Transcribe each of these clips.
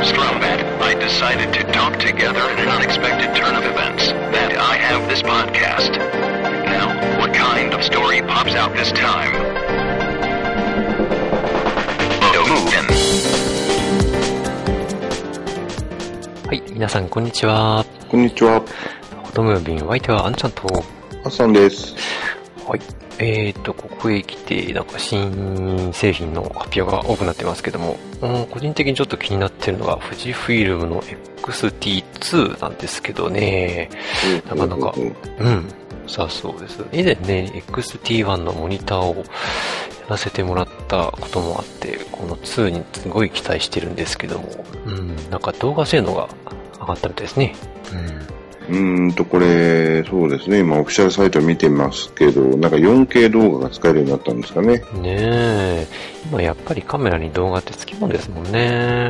Strombat, I decided to talk together in an unexpected turn of events. That I have this podcast. Now, what kind of story pops out this time? はい、皆さんこんにちは。 こんにちは。 フォトムービン、お相手はあんちゃんと。 ハッサンです。 はい。ここへ来て、なんか新製品の発表が多くなってますけども、個人的にちょっと気になってるのが、富士フイルムの XT2 なんですけどね、なかなか、さあそうです。以前ね、XT1 のモニターをやらせてもらったこともあって、この2にすごい期待してるんですけども、なんか動画性能が上がったみたいですね。 これ、そうですね、今オフィシャルサイト見てますけど、なんか 4K 動画が使えるようになったんですかね。 ねえ、今やっぱりカメラに動画ってつきもんですもんね。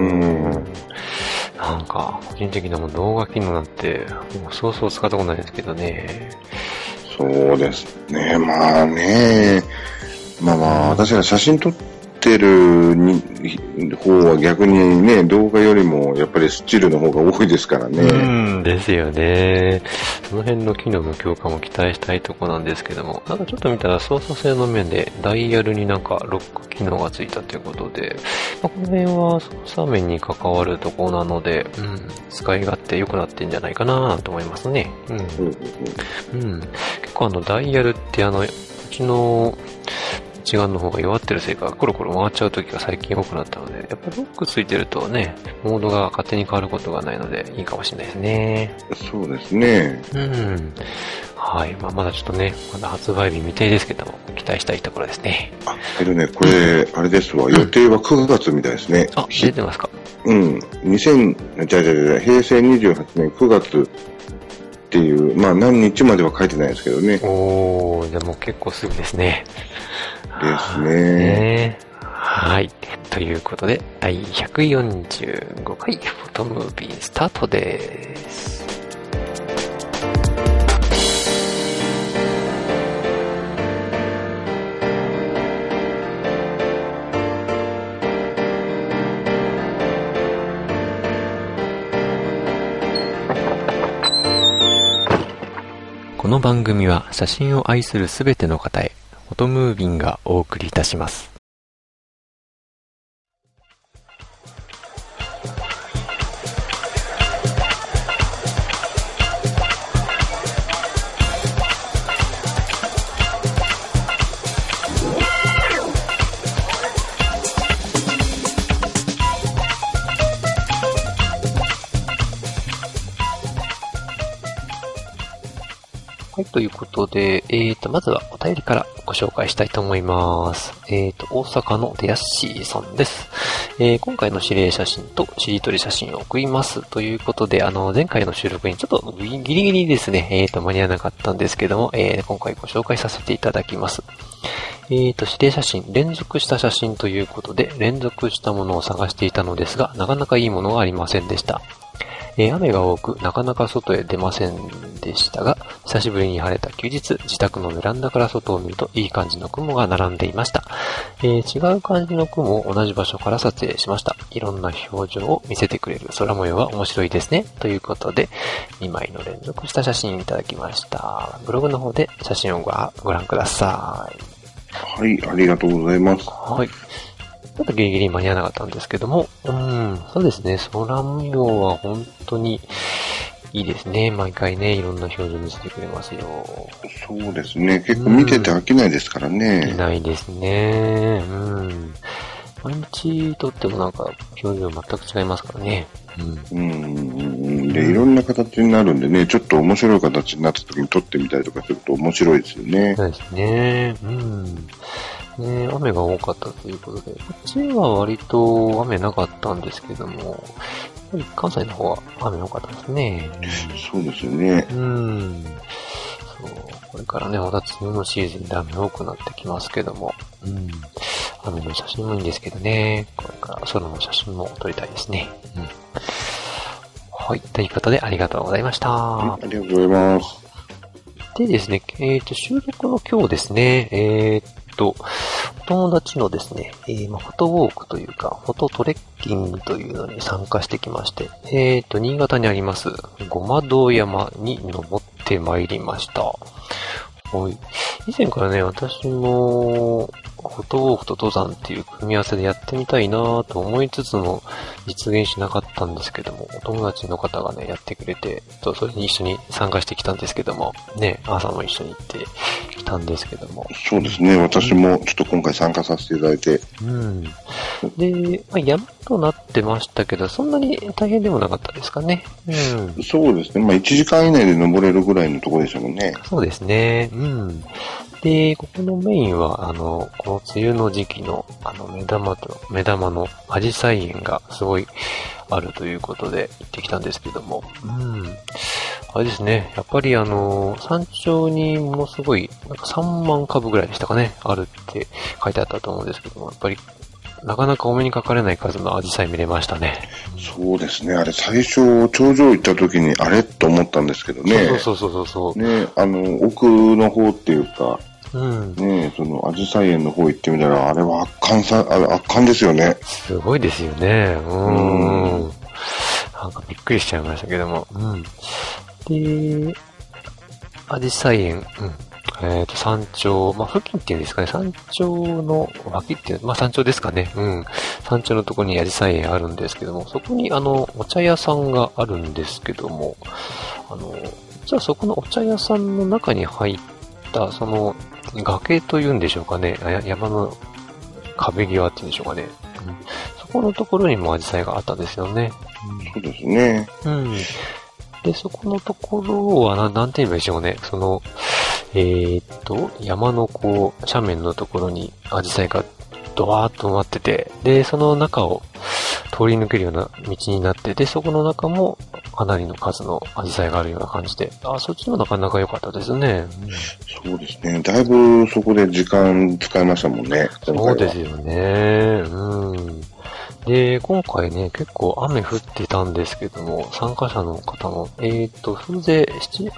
なんか、個人的なもう動画機能なんて、もうそうそう使ったことないですけどね。 そうですね、まあね、私が写真撮ってる方は逆にね、動画よりもやっぱりスチールの方が多いですからね。 ですよね。その辺の機能の強化も期待したいとこなんですけども、なんかちょっと見たら操作性の面でダイヤルになんかロック機能がついたということで、この辺は操作面に関わるところなので、使い勝手良くなってんじゃないかなと思いますね。結構ダイヤルってうちの一眼の方が弱ってるせいか、コロコロ回っちゃう時が最近多くなったので、やっぱりロックついてるとね、モードが勝手に変わることがないので、いいかもしれないですね。 そうですね。 はい。まだちょっとね、まだ発売日未定ですけども、期待したいところですね。 これ、あれですわ、予定は9月みたいですね。 出てますか？ 平成28年9月っていう、何日までは書いてないですけどね。 じゃあもう結構すぐですね。 ですね。 はい。ということで、第145回フォトムービースタートです。この番組は写真を愛するすべての方へ、フォトムービンがお送りいたします。はい、ということで、まずはお便りからご紹介したいと思います。大阪のデヤッシーさんです。今回の指令写真としりとり写真を送りますということで、前回の収録にちょっとギリギリですね、間に合わなかったんですけども、今回ご紹介させていただきます。指令写真、連続した写真ということで、連続したものを探していたのですが、なかなかいいものがありませんでした。雨が多く、なかなか外へ出ませんでしたが、久しぶりに晴れた休日、自宅のベランダから外を見るといい感じの雲が並んでいました。違う感じの雲を同じ場所から撮影しました。いろんな表情を見せてくれる空模様は面白いですね。ということで、2枚の連続した写真をいただきました。ブログの方で写真をご覧ください。 はい、ありがとうございます。 はい。ちょっとギリギリ間に合わなかったんですけども、そうですね、空模様は本当にいいですね。毎回ね、いろんな表情見せてくれますよ。 そうですね、結構見てて飽きないですからね。 飽きないですね。毎日撮ってもなんか表情全く違いますからね。 で、いろんな形になるんでね、ちょっと面白い形になった時に撮ってみたりとかすると面白いですよね。 そうですね。雨が多かったということで、こっちは割と雨なかったんですけども、やっぱり関西の方は雨多かったですね。 そうですよね。 これからね、また梅雨のシーズンで雨多くなってきますけども、雨の写真もいいんですけどね、これから空の写真も撮りたいですね。はい、ということでありがとうございました。 ありがとうございます。 でですね、収録の今日ですね、 友達のですね、フォトウォークというか、フォトトレッキングというのに参加してきまして、新潟にあります、ごま堂山に登ってまいりました。はい。以前からね、私も、フォトウォークと登山っていう組み合わせでやってみたいなぁと思いつつも実現しなかったんですけども、お友達の方がね、やってくれて、それに一緒に参加してきたんですけども、ね、朝も一緒に行ってきたんですけども。 そうですね、私もちょっと今回参加させていただいて。 うん。で、山となってましたけど、そんなに大変でもなかったですかね。うん。 そうですね、1時間以内で登れるぐらいのところでしたもんね。 そうですね。うん。で、ここのメインは、この梅雨の時期の、目玉のアジサイ園がすごいあるということで行ってきたんですけども、うん。あれですね、やっぱり山頂にものすごい、なんか3万株ぐらいでしたかね、あるって書いてあったと思うんですけども、やっぱり、なかなかお目にかかれない数のアジサイ見れましたね。 そうですね。あれ、最初、頂上行った時に、あれと思ったんですけどね。 そう。 ね、奥の方っていうか、 うん。 ね、アジサイ園の方行ってみたら、あれは圧巻ですよね。 すごいですよね。なんかびっくりしちゃいましたけども。うん。で、アジサイ園、山頂、付近っていうんですかね、山頂の脇っていう、山頂ですかね。うん。山頂のところにアジサイ園あるんですけども、そこにお茶屋さんがあるんですけども、じゃあそこのお茶屋さんの中に入った、その、崖というんでしょうかね、山の壁際っていうんでしょうかね。うん、そこのところにもアジサイがあったんですよね。 そうですね。 うん。で、そこのところは、なんて言えばいいでしょうね。その、山の斜面のところにアジサイがドワーッと埋まってて、で、その中を通り抜けるような道になって、で、そこの中もかなりの数のアジサイがあるような感じで、そっちもなかなか良かったですね。 そうですね。だいぶそこで時間使いましたもんね。 そうですよね。うん。で、今回ね、結構雨降ってたんですけども、参加者の方も、総勢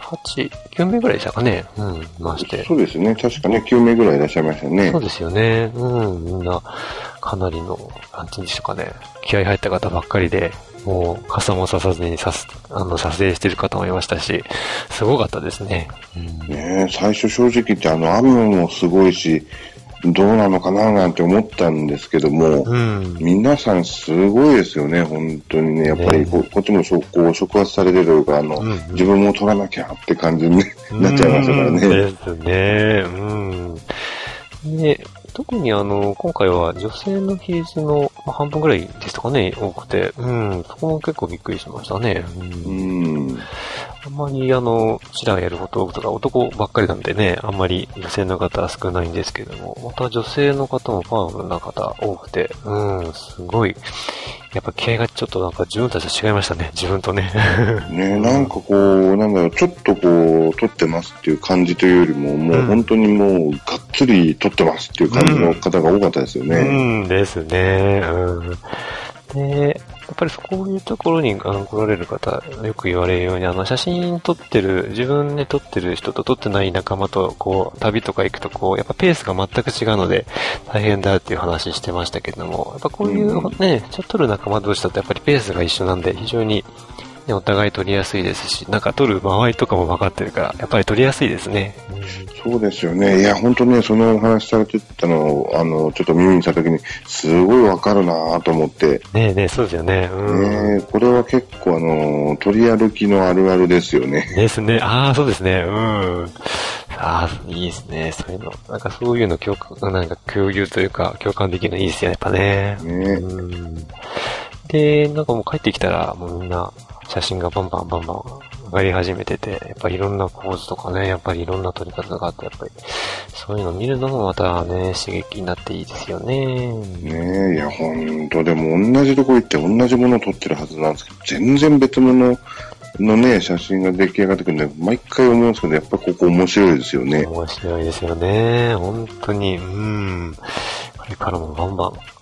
7、8、9名ぐらいでしたかね。うん、いまして。 そうですね。確かね、9名ぐらいいらっしゃいましたね。 そうですよね。うん、みんな、かなりの、なんて言うんでしょうかね、気合入った方ばっかりで、もう、傘もささずに撮影してる方もいましたし、すごかったですね。 ねえ、最初正直言って雨もすごいし、どうなのかななんて思ったんですけども、皆さんすごいですよね、本当にね。やっぱりこっちも触発されてるから、自分も取らなきゃって感じになっちゃいましたからね。 ですね。で、特に今回は女性の比率の半分ぐらいでしたかね、多くて、そこも結構びっくりしましたね。あんまりちらやることとか男ばっかりなんでね、あんまり女性の方は少ないんですけども、また女性の方もパワフルな方多くて、すごい、やっぱ気合がちょっとなんか自分たちと違いましたね、自分とね。 ね、なんかちょっと撮ってますっていう感じというよりも、もう本当にもうがっつり撮ってますっていう感じの方が多かったですよね。 ですね。で、やっぱりそういうところに来られる方、よく言われるように、写真撮ってる、自分で撮ってる人と撮ってない仲間と、旅とか行くと、やっぱペースが全く違うので、大変だっていう話してましたけれども、やっぱこういうね、撮る仲間同士だとやっぱりペースが一緒なんで、非常に、ね、お互い撮りやすいですし、なんか撮る場合とかも分かってるから、やっぱり撮りやすいですね。 そうですよね。いや、本当ね、そのお話されてたのを、ちょっと耳にしたときに、すごいわかるなと思って。 ねえ、そうですよね。 これは結構取り歩きのあるあるですよね。 ですね。そうですね。いいですね。そういうの。なんかそういうのなんか共有というか、共感できるのいいですよね、やっぱね。で、なんかもう帰ってきたら、もうみんな、写真がバンバン上がり始めてて、やっぱりいろんな構図とかね、やっぱりいろんな撮り方があって、やっぱり、そういうのを見るのもまたね、刺激になっていいですよね。 ねえ、いや、ほんと、でも同じとこ行って同じものを撮ってるはずなんですけど、全然別物のね、写真が出来上がってくるんで、毎回思うんですけど、やっぱここ面白いですよね。 面白いですよね。本当に、これからもバンバン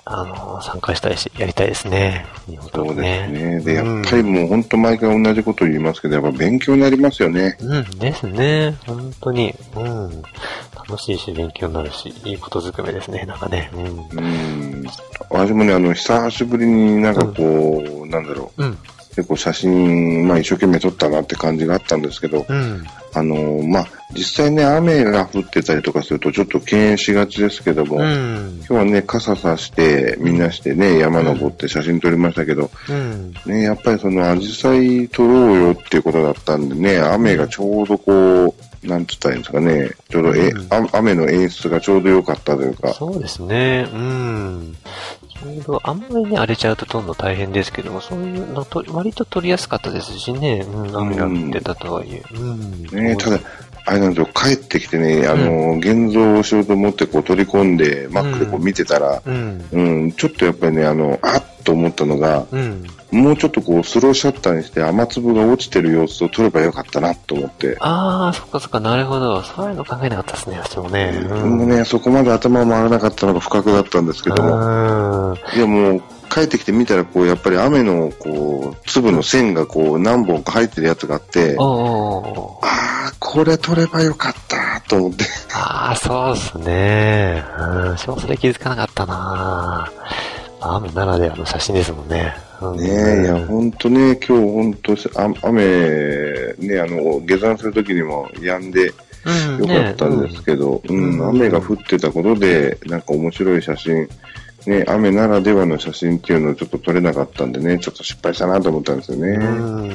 参加したいし、やりたいですね。 そうですね。で、やっぱりもう本当毎回同じこと言いますけど、やっぱ勉強になりますよね。 ですね。本当に。楽しいし、勉強になるし、いいことずくめですね、なんかね。 私もね、久しぶりになんかこう、なんだろう。結構写真、一生懸命撮ったなって感じがあったんですけど、実際ね、雨が降ってたりとかするとちょっと敬遠しがちですけども、今日はね、傘さして、みんなしてね、山登って写真撮りましたけど、ね、やっぱりその、アジサイ撮ろうよっていうことだったんでね、雨がちょうどこう、なんつったらいいんですかね、ちょうど、雨の演出がちょうど良かったというか。 そうですね、ちょうどあんまりね、荒れちゃうとどんどん大変ですけども、そういうの割と撮りやすかったですしね、雨が降ってたとはいえ。 ね、ただ、あれなんですよ、帰ってきてね、現像をしようと思ってこう取り込んで、マックでこう見てたら、ちょっとやっぱりね、あっと思ったのが、もうちょっとこうスローシャッターにして雨粒が落ちてる様子を撮ればよかったなと思って。 ああ、そっかそっか、なるほど。そういうの考えなかったですね、私もね。 もうね、そこまで頭回らなかったのが不覚だったんですけども。いやもう、帰ってきてみたら、こう、やっぱり雨の、こう、粒の線がこう、何本か入ってるやつがあって、これ撮ればよかったと思って。 そうですね。私もそれ気づかなかったな雨ならではの写真ですもんね。 いや、ほんとね、今日ほんと、雨、ね、下山するときにも止んでよかったんですけど、雨が降ってたことで、なんか面白い写真、ね、雨ならではの写真っていうのをちょっと撮れなかったんでね、ちょっと失敗したなと思ったんですよね。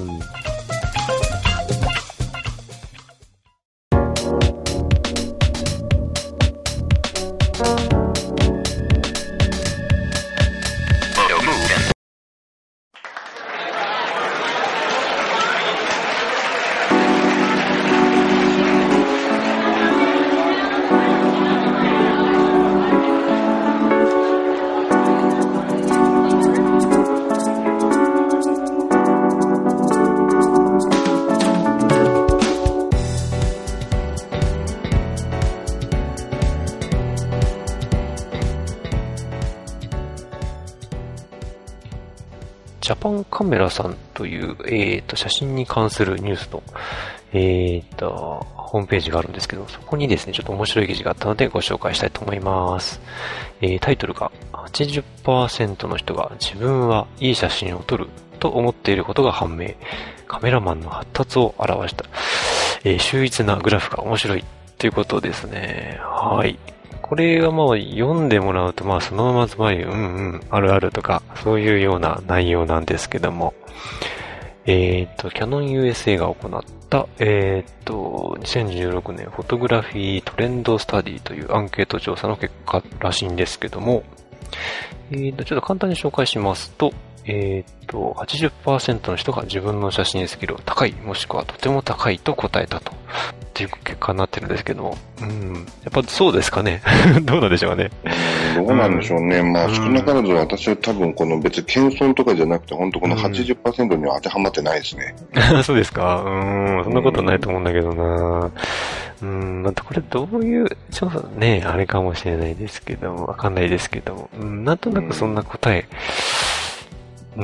ジャパンカメラさんという、写真に関するニュースの、ホームページがあるんですけど、そこにですね、ちょっと面白い記事があったのでご紹介したいと思います。タイトルが 80% の人が自分はいい写真を撮ると思っていることが判明。カメラマンの発達を表した、秀逸なグラフが面白いということですね。はい。これはもう読んでもらうと、そのままズバリ、あるあるとか、そういうような内容なんですけども、キャノン USA が行った、2016年フォトグラフィートレンドスタディというアンケート調査の結果らしいんですけども、ちょっと簡単に紹介しますと、80% の人が自分の写真スキルは高い、もしくはとても高いと答えたと。っていう結果になってるんですけども。やっぱそうですかね。どうなんでしょうね。 どうなんでしょうね。少なからず私は多分この別に謙遜とかじゃなくて、本当この 80% には当てはまってないですね。 そうですか。そんなことないと思うんだけどな。これどういう調査ね、あれかもしれないですけども、わかんないですけども。なんとなくそんな答え、ちょ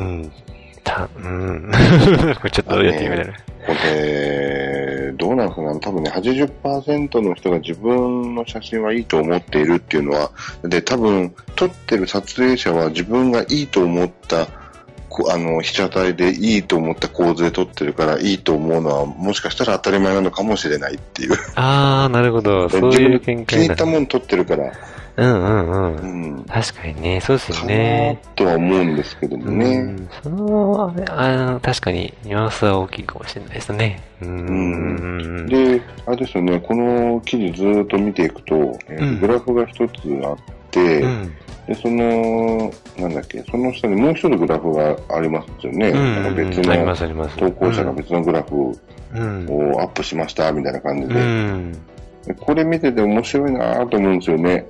っとやってみたいな。 これ、どうなんですかね。多分ね、80% の人が自分の写真はいいと思っているっていうのは、で、多分、撮ってる撮影者は自分がいいと思った、被写体でいいと思った構図で撮ってるから、いいと思うのは、もしかしたら当たり前なのかもしれないっていう。 なるほど。そういう見解。 気に入ったもの撮ってるから。 確かにね、そうですよね。 とは思うんですけどもね。 確かにニュアンスは大きいかもしれないですね。 で、あれですよね、この記事ずっと見ていくと、グラフが一つあって、で、その下にもう一つグラフがありますよね。別の投稿者が別のグラフをアップしましたみたいな感じで。これ見てて面白いなと思うんですよね。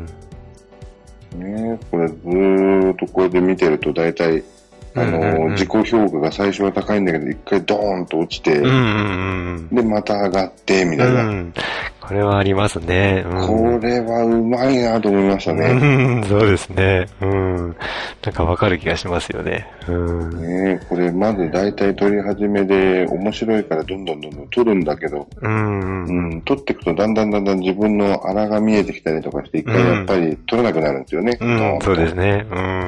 これずーっとこれで見てると大体、自己評価が最初は高いんだけど、一回ドーンと落ちて、で、また上がって、みたいな。 これはありますね。 これはうまいなと思いましたね。 そうですね。なんかわかる気がしますよね。 ね、これまず大体撮り始めで面白いからどんどん撮るんだけど、撮っていくとだんだん自分の荒が見えてきたりとかして、一回やっぱり撮らなくなるんですよね。 そうですね。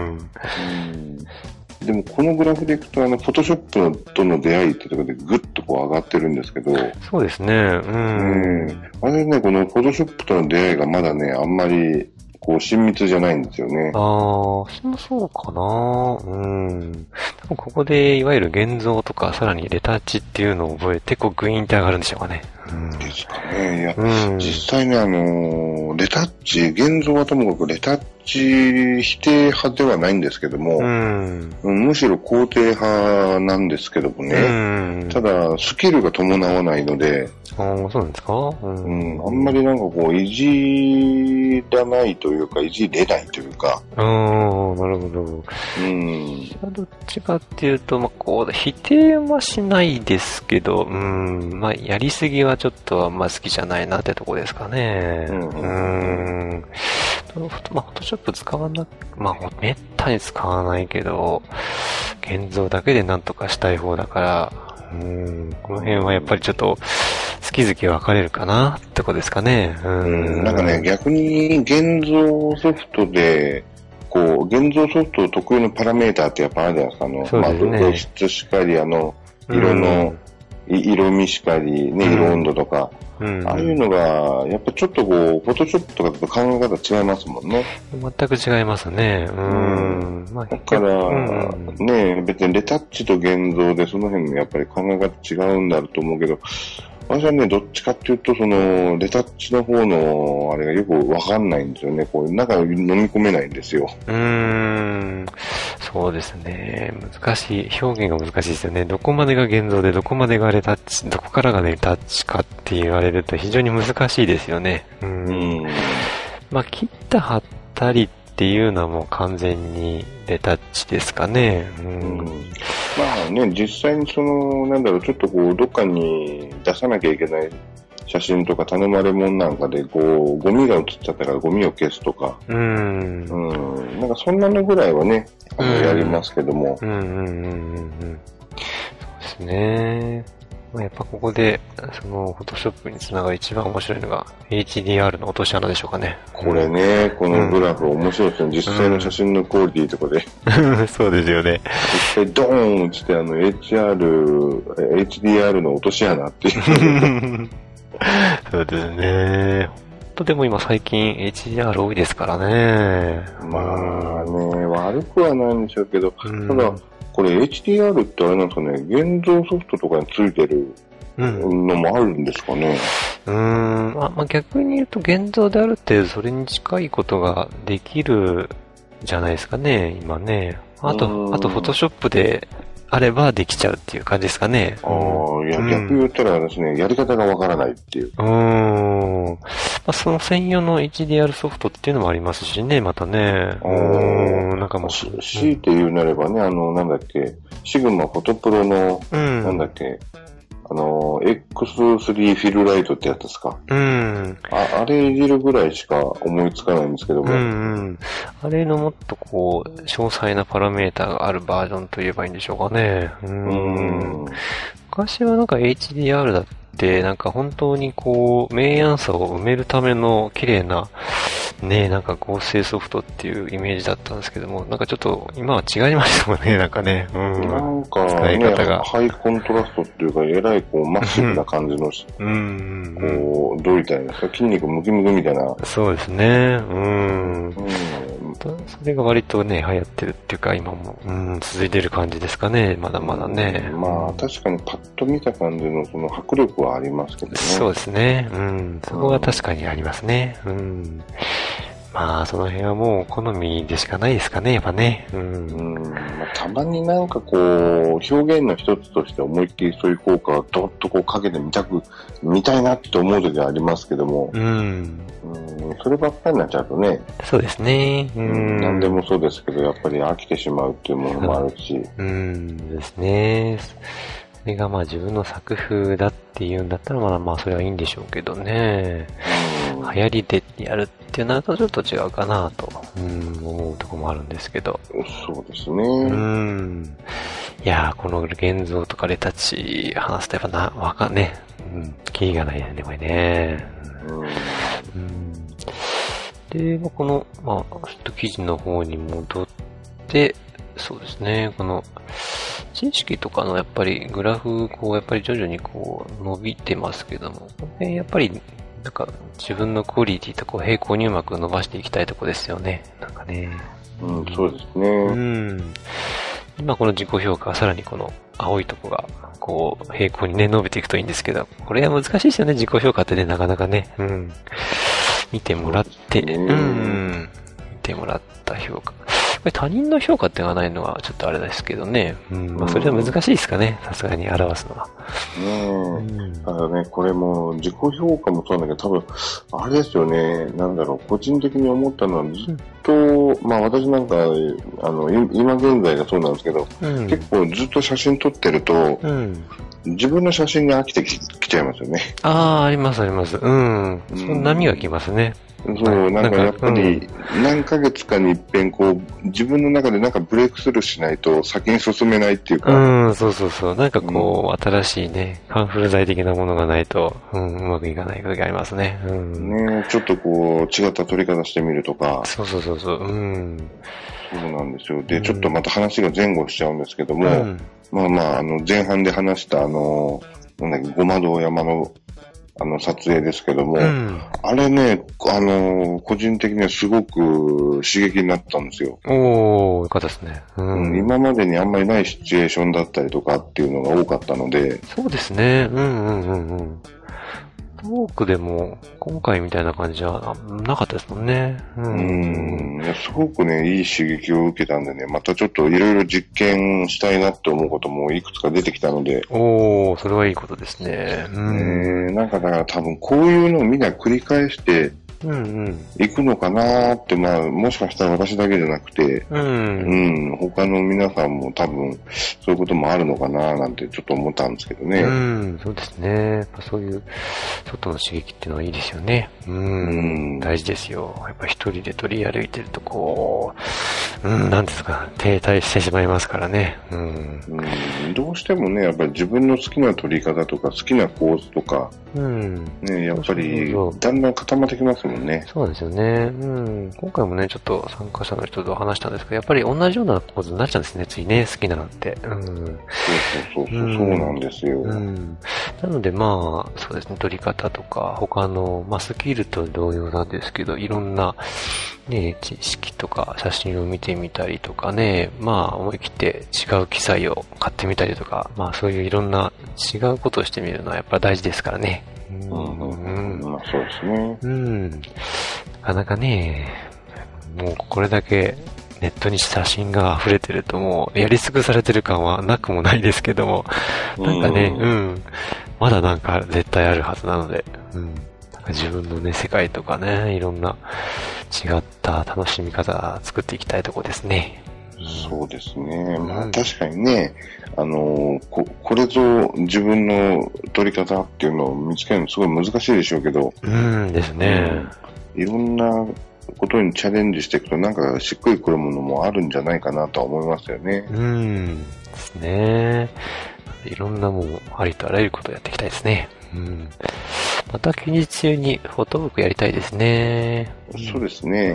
でもこのグラフでいくと、フォトショップとの出会いってところでぐっとこう上がってるんですけど。 そうですね。 あれね、このフォトショップとの出会いがまだね、あんまり、こう、親密じゃないんですよね。 そうかな。多分ここで、いわゆる現像とか、さらにレタッチっていうのを覚えて、こう、グイーンって上がるんでしょうかね。 ですかね。いや、実際ね、レタッチ、現像はともかくレタッチ否定派ではないんですけども、むしろ肯定派なんですけどもね、ただ、スキルが伴わないので、 そうなんですか？ あんまりなんかこう、いじらないというか、いじれないというか。 なるほど。どっちかっていうと、こう、否定はしないですけど、やりすぎはちょっとあんま好きじゃないなってとこですかね。フォトショップ使わな、めったに使わないけど、現像だけでなんとかしたい方だから、この辺はやっぱりちょっと、好き好き分かれるかなってとこですかね。 なんかね、逆に現像ソフトで、こう、現像ソフト特有のパラメーターってやっぱあるじゃないですか。露出しかり、色の、色味しかり、ね、色温度とか、ああいうのが、やっぱちょっとこう、フォトショップとかと考え方違いますもんね。 全く違いますね。 だから、ね、別にレタッチと現像でその辺のやっぱり考え方違うんだろうと思うけど、私はね、どっちかっていうと、レタッチの方の、あれがよくわかんないんですよね。こう、中飲み込めないんですよ。 そうですね。難しい。表現が難しいですよね。どこまでが現像で、どこまでがレタッチ、どこからがレタッチかって言われると非常に難しいですよね。切った貼ったりっていうのはもう完全にレタッチですかね。 実際にちょっとこう、どっかに出さなきゃいけない写真とか頼まれもんなんかで、こう、ゴミが写っちゃったからゴミを消すとか。なんかそんなのぐらいはね、やりますけども。 そうですね。やっぱここで、フォトショップにつながる一番面白いのが HDR の落とし穴でしょうかね。 これね、このグラフ面白いですね。実際の写真のクオリティとかで。 そうですよね。 実際ドーン落ちてHDR の落とし穴っていう。 そうですね。でも今最近 HDR 多いですからね。 悪くはないんでしょうけど、ただ、これ HDR ってあれなんですかね、現像ソフトとかについてるのもあるんですかね。 逆に言うと現像である程度それに近いことができるじゃないですかね、今ね。あとフォトショップであればできちゃうっていう感じですかね。 逆言ったらですね、やり方がわからないっていう。 その専用の HDR ソフトっていうのもありますしね、またね。なんかもう。 強いて言うなればね、なんだっけ、シグマフォトプロの、なんだっけ、X3 フィルライトってやつですか。あれいじるぐらいしか思いつかないんですけども。 あれのもっとこう、詳細なパラメータがあるバージョンと言えばいいんでしょうかね。昔はなんか HDR だってなんか本当にこう明暗さを埋めるための綺麗なね、なんか合成ソフトっていうイメージだったんですけども、なんかちょっこう今は違いましたもんね、なんかね。 なんかね、 使い方がハイコントラストっていうか、えらいこうマッシブな感じの、こう、どういったらいいんですか、筋肉ムキムキみたいな。 そうですね。それが割とね、流行ってるっていうか、今も、続いてる感じですかね、まだまだね。 まあ、確かにパッと見た感じのその迫力はありますけどね。 そうですね。そこは確かにありますね。まあ、その辺はもう好みでしかないですかね、やっぱね。 まあ、たまになんかこう、表現の一つとして思いっきりそういう効果をどっとこうかけて見たいなって思う時はありますけども、そればっかりになっちゃうとね。 そうですね。 何でもそうですけど、やっぱり飽きてしまうっていうものもあるし。 ですね。 それがまあ自分の作風だっていうんだったらまあそれはいいんでしょうけどね。流行りでやるってなるとちょっと違うかなと、思うとこもあるんですけど。 そうですね。 いやー、この現像とかレタッチ話すとやっぱね、キリがないね、これね。で、この、ちょっと記事の方に戻って、そうですね、この、知識とかのやっぱりグラフ、やっぱり徐々に伸びてますけども、やっぱり、なんか自分のクオリティと平行にうまく伸ばしていきたいとこですよね。なんかね。 そうですね。 今この自己評価はさらにこの青いとこが、平行にね、伸びていくといいんですけど、これは難しいですよね、自己評価ってね、なかなかね。見てもらって、見てもらった評価。これ他人の評価っていうのがないのはちょっとあれですけどね。それは難しいですかね。さすがに表すのは。 ただね、これも自己評価もそうなんだけど、多分、あれですよね、個人的に思ったのはずっと、私なんか、今現在がそうなんですけど、結構ずっと写真撮ってると、自分の写真に飽きてきちゃいますよね。 ありますあります。その波が来ますね。 そう、やっぱり、何ヶ月かに一遍自分の中でブレイクスルーしないと先に進めないっていうか。 そう。新しいね、カンフル剤的なものがないと、うまくいかない時がありますね。 ちょっと違った撮り方してみるとか。 そう。 そうなんですよ。で、ちょっとまた話が前後しちゃうんですけども、前半で話したごま堂山の撮影ですけども、あれね、個人的にはすごく刺激になったんですよ。 よかったですね。 今までにあんまりないシチュエーションだったりとかっていうのが多かったので。 そうですね。トークでも、今回みたいな感じはなかったですもんね。 すごくね、いい刺激を受けたんでね、またちょっといろいろ実験したいなって思うこともいくつか出てきたので。 それはいいことですね。 だから多分こういうのをみんな繰り返して、行くのかなーって、もしかしたら私だけじゃなくて、他の皆さんも多分、そういうこともあるのかなーなんてちょっと思ったんですけどね。 そうですね。そういう、外の刺激っていうのはいいですよね。大事ですよ。やっぱ一人で取り歩いてるとなんですか、停滞してしまいますからね。 どうしてもね、やっぱり自分の好きな撮り方とか、好きな構図とか、やっぱり、だんだん固まってきますもんね。 そうですよね。今回もね、ちょっと参加者の人と話したんですけど、やっぱり同じような構図になっちゃうんですね、ついね、好きなのって。 そうなんですよ。 なのでそうですね、撮り方とか、他の、スキルと同様なんですけど、いろんな、ね、知識とか写真を見てみたりとかね、思い切って違う機材を買ってみたりとか、そういういろんな違うことをしてみるのはやっぱ大事ですからね。 そうですね。 なかなかね、もうこれだけネットに写真が溢れてるともうやり尽くされてる感はなくもないですけども、まだ絶対あるはずなので、自分のね、世界とかね、いろんな違った楽しみ方作っていきたいとこですね。 そうですね。確かにね、これぞ自分の撮り方っていうのを見つけるのすごい難しいでしょうけど。 ですね。 いろんなことにチャレンジしていくとしっくりくるものもあるんじゃないかなとは思いますよね。 ですね。いろんなもうありとあらゆることをやっていきたいですね。また近日中にフォトブックやりたいですね。 そうですね。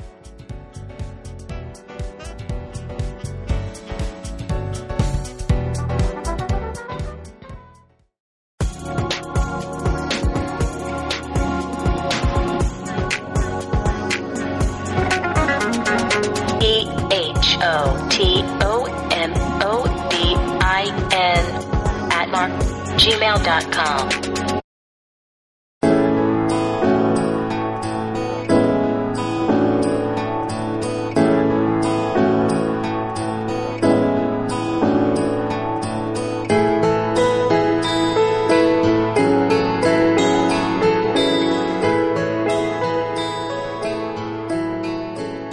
gmail.com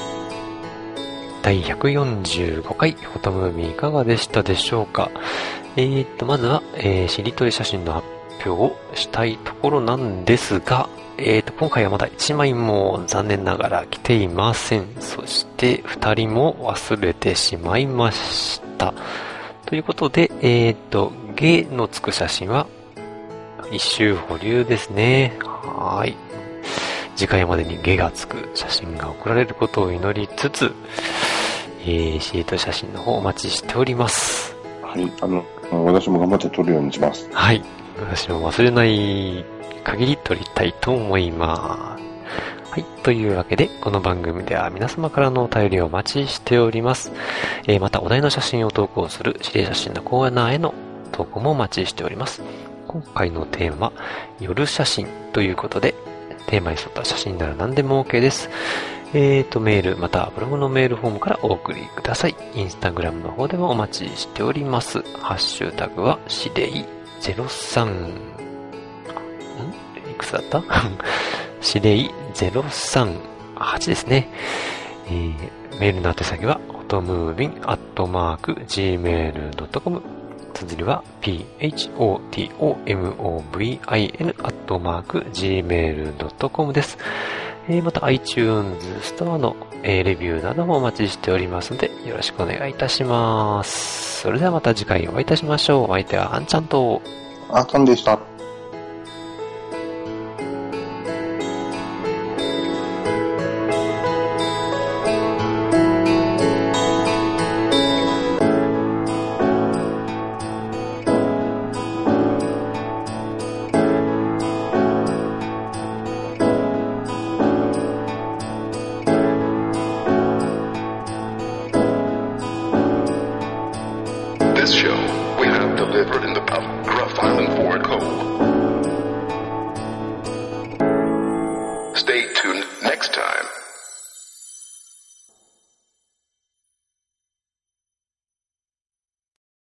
第145回フォトムービーいかがでしたでしょうか。 まずは、しりとり写真の発表をしたいところなんですが、今回はまだ1枚も残念ながら来ていません。そして2人も忘れてしまいました。ということで、ゲのつく写真は一周保留ですね。はい。次回までにゲがつく写真が送られることを祈りつつ、しりとり写真の方お待ちしております。 はい。私も頑張って撮るようにします。 はい。私も忘れない限り撮りたいと思います。はい。というわけで、この番組では皆様からのお便りをお待ちしております。また、お題の写真を投稿する指令写真のコーナーへの投稿もお待ちしております。今回のテーマは、夜写真ということで、テーマに沿った写真なら何でも OK です。メール、またブログのメールフォームからお送りください。インスタグラムの方でもお待ちしております。ハッシュタグは、しれい03。いくつだったしれい038ですね。メールの宛先は、hotomovin@gmail.com。綴りは、photomovin@gmail.com です。また iTunes ストアの、レビューなどもお待ちしておりますので、よろしくお願いいたします。それではまた次回お会いいたしましょう。お相手はあんちゃんと、 あかんでした。 This show we have delivered in the public.